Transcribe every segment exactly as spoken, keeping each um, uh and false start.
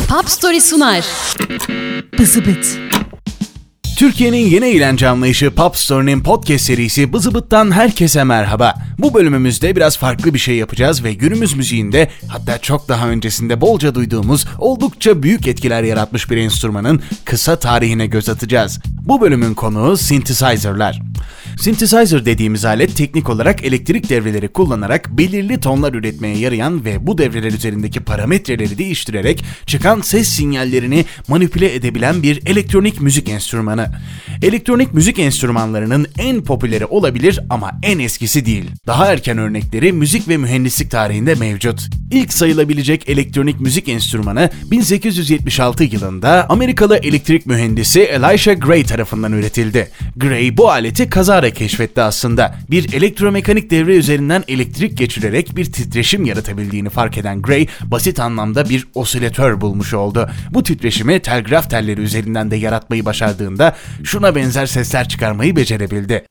Pop Story sunar. Bızıbıt. Türkiye'nin yeni eğlence anlayışı Pop Story'nin podcast serisi Bızıbıt'tan herkese merhaba. Bu bölümümüzde biraz farklı bir şey yapacağız ve günümüz müziğinde, hatta çok daha öncesinde bolca duyduğumuz, oldukça büyük etkiler yaratmış bir enstrümanın kısa tarihine göz atacağız. Bu bölümün konuğu synthesizer'lar. Synthesizer dediğimiz alet teknik olarak elektrik devreleri kullanarak belirli tonlar üretmeye yarayan ve bu devreler üzerindeki parametreleri değiştirerek çıkan ses sinyallerini manipüle edebilen bir elektronik müzik enstrümanı. Elektronik müzik enstrümanlarının en popüleri olabilir ama en eskisi değil. Daha erken örnekleri müzik ve mühendislik tarihinde mevcut. İlk sayılabilecek elektronik müzik enstrümanı bin sekiz yüz yetmiş altı yılında Amerikalı elektrik mühendisi Elisha Gray tarafından üretildi. Gray bu aleti kazara keşfetti aslında. Bir elektromekanik devre üzerinden elektrik geçirerek bir titreşim yaratabildiğini fark eden Gray, basit anlamda bir osilatör bulmuş oldu. Bu titreşimi telgraf telleri üzerinden de yaratmayı başardığında şuna benzer sesler çıkarmayı becerebildi.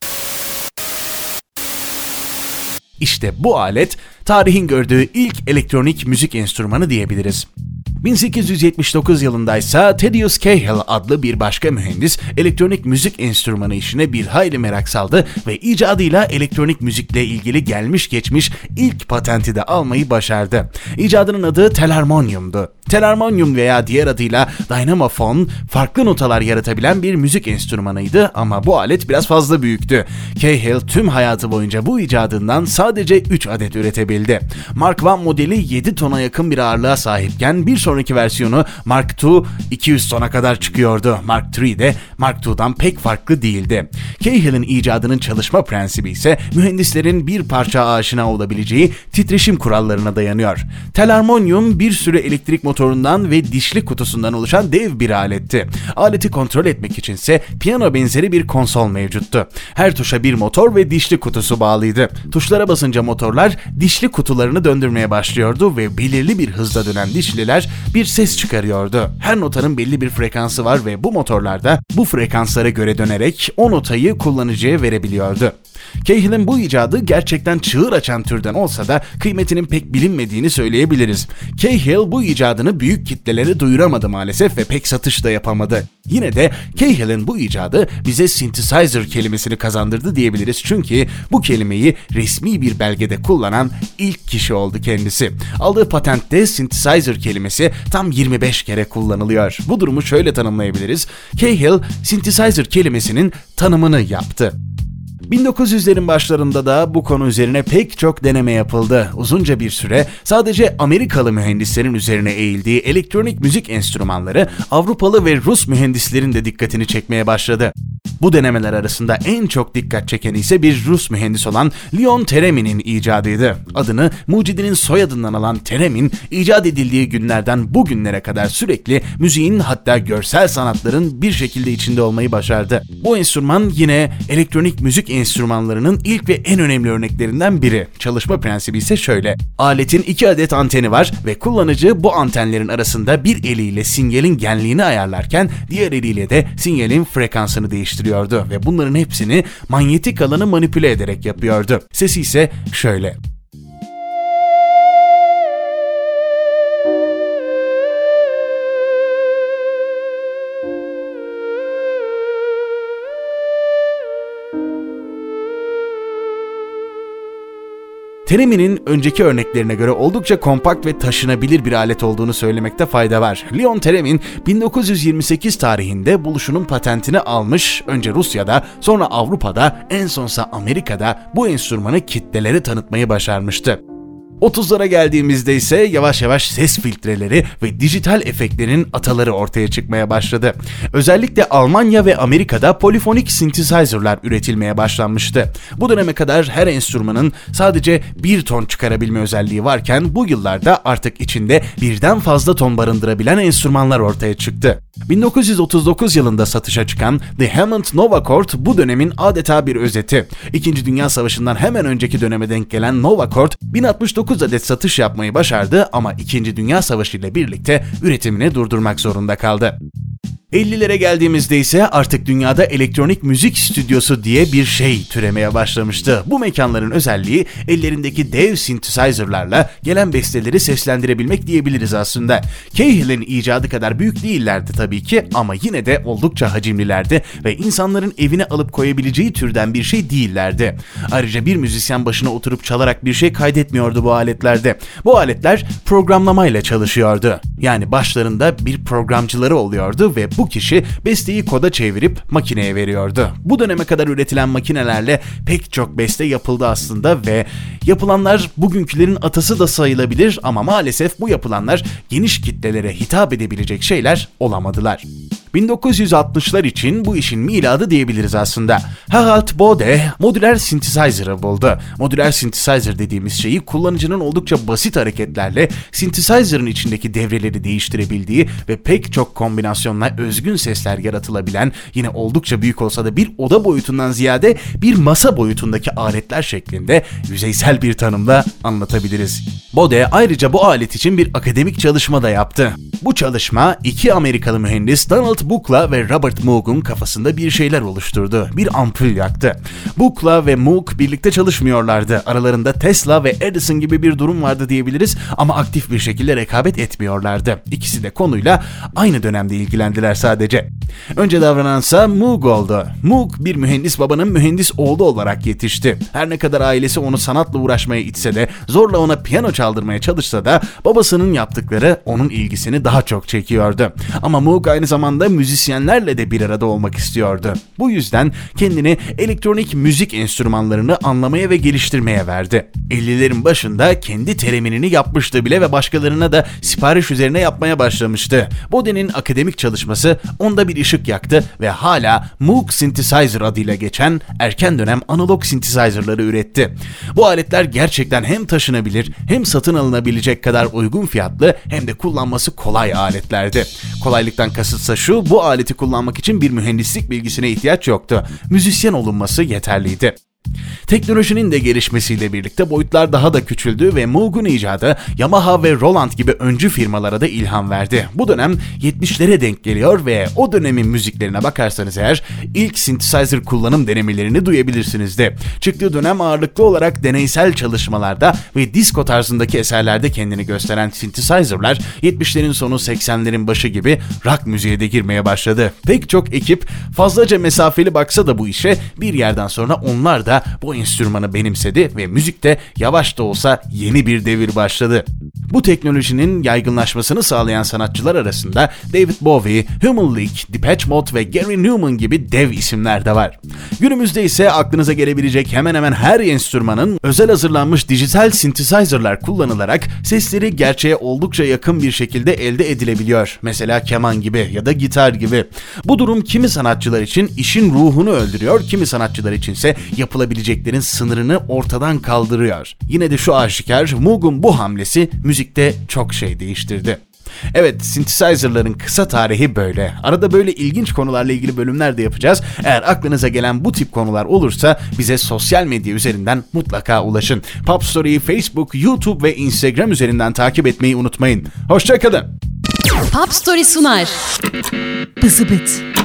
İşte bu alet, tarihin gördüğü ilk elektronik müzik enstrümanı diyebiliriz. bin sekiz yüz yetmiş dokuz yılındaysa Thaddeus Cahill adlı bir başka mühendis elektronik müzik enstrümanı işine bir hayli merak saldı ve icadıyla elektronik müzikle ilgili gelmiş geçmiş ilk patenti de almayı başardı. İcadının adı telharmonyumdu. Telharmonyum veya diğer adıyla dynamofon, farklı notalar yaratabilen bir müzik enstrümanıydı ama bu alet biraz fazla büyüktü. Cahill tüm hayatı boyunca bu icadından sadece üç adet üretebildi. Mark bir modeli yedi tona yakın bir ağırlığa sahipken bir sonraki versiyonu Mark iki iki yüz tona kadar çıkıyordu. Mark üç de Mark iki'dan pek farklı değildi. Cahill'in icadının çalışma prensibi ise mühendislerin bir parça aşina olabileceği titreşim kurallarına dayanıyor. Telharmonyum bir sürü elektrik motorundan ve dişli kutusundan oluşan dev bir aletti. Aleti kontrol etmek içinse piyano benzeri bir konsol mevcuttu. Her tuşa bir motor ve dişli kutusu bağlıydı. Tuşlara basınca motorlar dişli kutularını döndürmeye başlıyordu ve belirli bir hızda dönen dişliler bir ses çıkarıyordu. Her notanın belli bir frekansı var ve bu motorlarda bu frekanslara göre dönerek o notayı kullanıcıya verebiliyordu. Cahill'in bu icadı gerçekten çığır açan türden olsa da kıymetinin pek bilinmediğini söyleyebiliriz. Cahill bu icadını büyük kitlelere duyuramadı maalesef ve pek satış da yapamadı. Yine de Cahill'in bu icadı bize synthesizer kelimesini kazandırdı diyebiliriz çünkü bu kelimeyi resmi bir belgede kullanan ilk kişi oldu kendisi. Aldığı patentte synthesizer kelimesi tam yirmi beş kere kullanılıyor. Bu durumu şöyle tanımlayabiliriz. Cahill, synthesizer kelimesinin tanımını yaptı. bin dokuz yüzlerin başlarında da bu konu üzerine pek çok deneme yapıldı. Uzunca bir süre sadece Amerikalı mühendislerin üzerine eğildiği elektronik müzik enstrümanları Avrupalı ve Rus mühendislerin de dikkatini çekmeye başladı. Bu denemeler arasında en çok dikkat çeken ise bir Rus mühendis olan Leon Theremin'in icadıydı. Adını mucidinin soyadından alan Theremin, icat edildiği günlerden bugünlere kadar sürekli müziğin, hatta görsel sanatların bir şekilde içinde olmayı başardı. Bu enstrüman yine elektronik müzik enstrümanlarının ilk ve en önemli örneklerinden biri. Çalışma prensibi ise şöyle: aletin iki adet anteni var ve kullanıcı bu antenlerin arasında bir eliyle sinyalin genliğini ayarlarken diğer eliyle de sinyalin frekansını değiştiriyordu ve bunların hepsini manyetik alanı manipüle ederek yapıyordu. Sesi ise şöyle. Theremin'in önceki örneklerine göre oldukça kompakt ve taşınabilir bir alet olduğunu söylemekte fayda var. Leon Theremin bin dokuz yüz yirmi sekiz tarihinde buluşunun patentini almış, önce Rusya'da, sonra Avrupa'da, en sonsa Amerika'da bu enstrümanı kitlelere tanıtmayı başarmıştı. otuzlara geldiğimizde ise yavaş yavaş ses filtreleri ve dijital efektlerin ataları ortaya çıkmaya başladı. Özellikle Almanya ve Amerika'da polifonik synthesizer'lar üretilmeye başlanmıştı. Bu döneme kadar her enstrümanın sadece bir ton çıkarabilme özelliği varken bu yıllarda artık içinde birden fazla ton barındırabilen enstrümanlar ortaya çıktı. bin dokuz yüz otuz dokuz yılında satışa çıkan The Hammond Nova Chord bu dönemin adeta bir özeti. İkinci Dünya Savaşı'ndan hemen önceki döneme denk gelen Nova Chord bin altmış dokuz adet satış yapmayı başardı ama İkinci Dünya Savaşı ile birlikte üretimini durdurmak zorunda kaldı. ellilere geldiğimizde ise artık dünyada elektronik müzik stüdyosu diye bir şey türemeye başlamıştı. Bu mekanların özelliği ellerindeki dev synthesizer'larla gelen besteleri seslendirebilmek diyebiliriz aslında. Cahill'in icadı kadar büyük değillerdi tabii ki ama yine de oldukça hacimlilerdi ve insanların evine alıp koyabileceği türden bir şey değillerdi. Ayrıca bir müzisyen başına oturup çalarak bir şey kaydetmiyordu bu aletlerde. Bu aletler programlamayla çalışıyordu. Yani başlarında bir programcıları oluyordu ve bu kişi besteyi koda çevirip makineye veriyordu. Bu döneme kadar üretilen makinelerle pek çok beste yapıldı aslında ve yapılanlar bugünkülerin atası da sayılabilir ama maalesef bu yapılanlar geniş kitlelere hitap edebilecek şeyler olamadılar. bin dokuz yüz altmışlar için bu işin miladı diyebiliriz aslında. Harald Bode modüler synthesizer'ı buldu. Modüler synthesizer dediğimiz şeyi kullanıcının oldukça basit hareketlerle synthesizer'ın içindeki devreleri değiştirebildiği ve pek çok kombinasyonla özgün sesler yaratılabilen, yine oldukça büyük olsa da bir oda boyutundan ziyade bir masa boyutundaki aletler şeklinde yüzeysel bir tanımla anlatabiliriz. Bode ayrıca bu alet için bir akademik çalışma da yaptı. Bu çalışma iki Amerikalı mühendis Donald Book'la ve Robert Moog'un kafasında bir şeyler oluşturdu. Bir ampul yaktı. Book'la ve Moog birlikte çalışmıyorlardı. Aralarında Tesla ve Edison gibi bir durum vardı diyebiliriz ama aktif bir şekilde rekabet etmiyorlardı. İkisi de konuyla aynı dönemde ilgilendiler sadece. Önce davranansa Moog oldu. Moog bir mühendis babanın mühendis oğlu olarak yetişti. Her ne kadar ailesi onu sanatla uğraşmaya itse de, zorla ona piyano çaldırmaya çalışsa da babasının yaptıkları onun ilgisini daha çok çekiyordu. Ama Moog aynı zamanda müzisyenlerle de bir arada olmak istiyordu. Bu yüzden kendini elektronik müzik enstrümanlarını anlamaya ve geliştirmeye verdi. ellilerin başında kendi tereminini yapmıştı bile ve başkalarına da sipariş üzerine yapmaya başlamıştı. Bode'nin akademik çalışması onda bir ışık yaktı ve hala Moog Synthesizer adıyla geçen erken dönem analog synthesizer'ları üretti. Bu aletler gerçekten hem taşınabilir hem satın alınabilecek kadar uygun fiyatlı hem de kullanması kolay aletlerdi. Kolaylıktan kasıtsa şu, bu aleti kullanmak için bir mühendislik bilgisine ihtiyaç yoktu. Müzisyen olunması yeterliydi. Teknolojinin de gelişmesiyle birlikte boyutlar daha da küçüldü ve Moog'un icadı Yamaha ve Roland gibi öncü firmalara da ilham verdi. Bu dönem yetmişlere denk geliyor ve o dönemin müziklerine bakarsanız eğer ilk synthesizer kullanım denemelerini duyabilirsiniz de. Çıktığı dönem ağırlıklı olarak deneysel çalışmalarda ve disco tarzındaki eserlerde kendini gösteren synthesizer'lar yetmişlerin sonu seksenlerin başı gibi rock müziğe de girmeye başladı. Pek çok ekip fazlaca mesafeli baksa da bu işe bir yerden sonra onlar da bu enstrümanı benimsedi ve müzikte yavaş da olsa yeni bir devir başladı. Bu teknolojinin yaygınlaşmasını sağlayan sanatçılar arasında David Bowie, Human League, Depeche Mode ve Gary Numan gibi dev isimler de var. Günümüzde ise aklınıza gelebilecek hemen hemen her enstrümanın özel hazırlanmış dijital synthesizer'lar kullanılarak sesleri gerçeğe oldukça yakın bir şekilde elde edilebiliyor. Mesela keman gibi ya da gitar gibi. Bu durum kimi sanatçılar için işin ruhunu öldürüyor, kimi sanatçılar içinse yapılabileceklerin sınırını ortadan kaldırıyor. Yine de şu aşikar, Moog'un bu hamlesi müzikte çok şey değiştirdi. Evet, synthesizer'ların kısa tarihi böyle. Arada böyle ilginç konularla ilgili bölümler de yapacağız. Eğer aklınıza gelen bu tip konular olursa bize sosyal medya üzerinden mutlaka ulaşın. Pop Story'yi Facebook, YouTube ve Instagram üzerinden takip etmeyi unutmayın. Hoşça kalın. Pop Story sunar. Bızıbıt.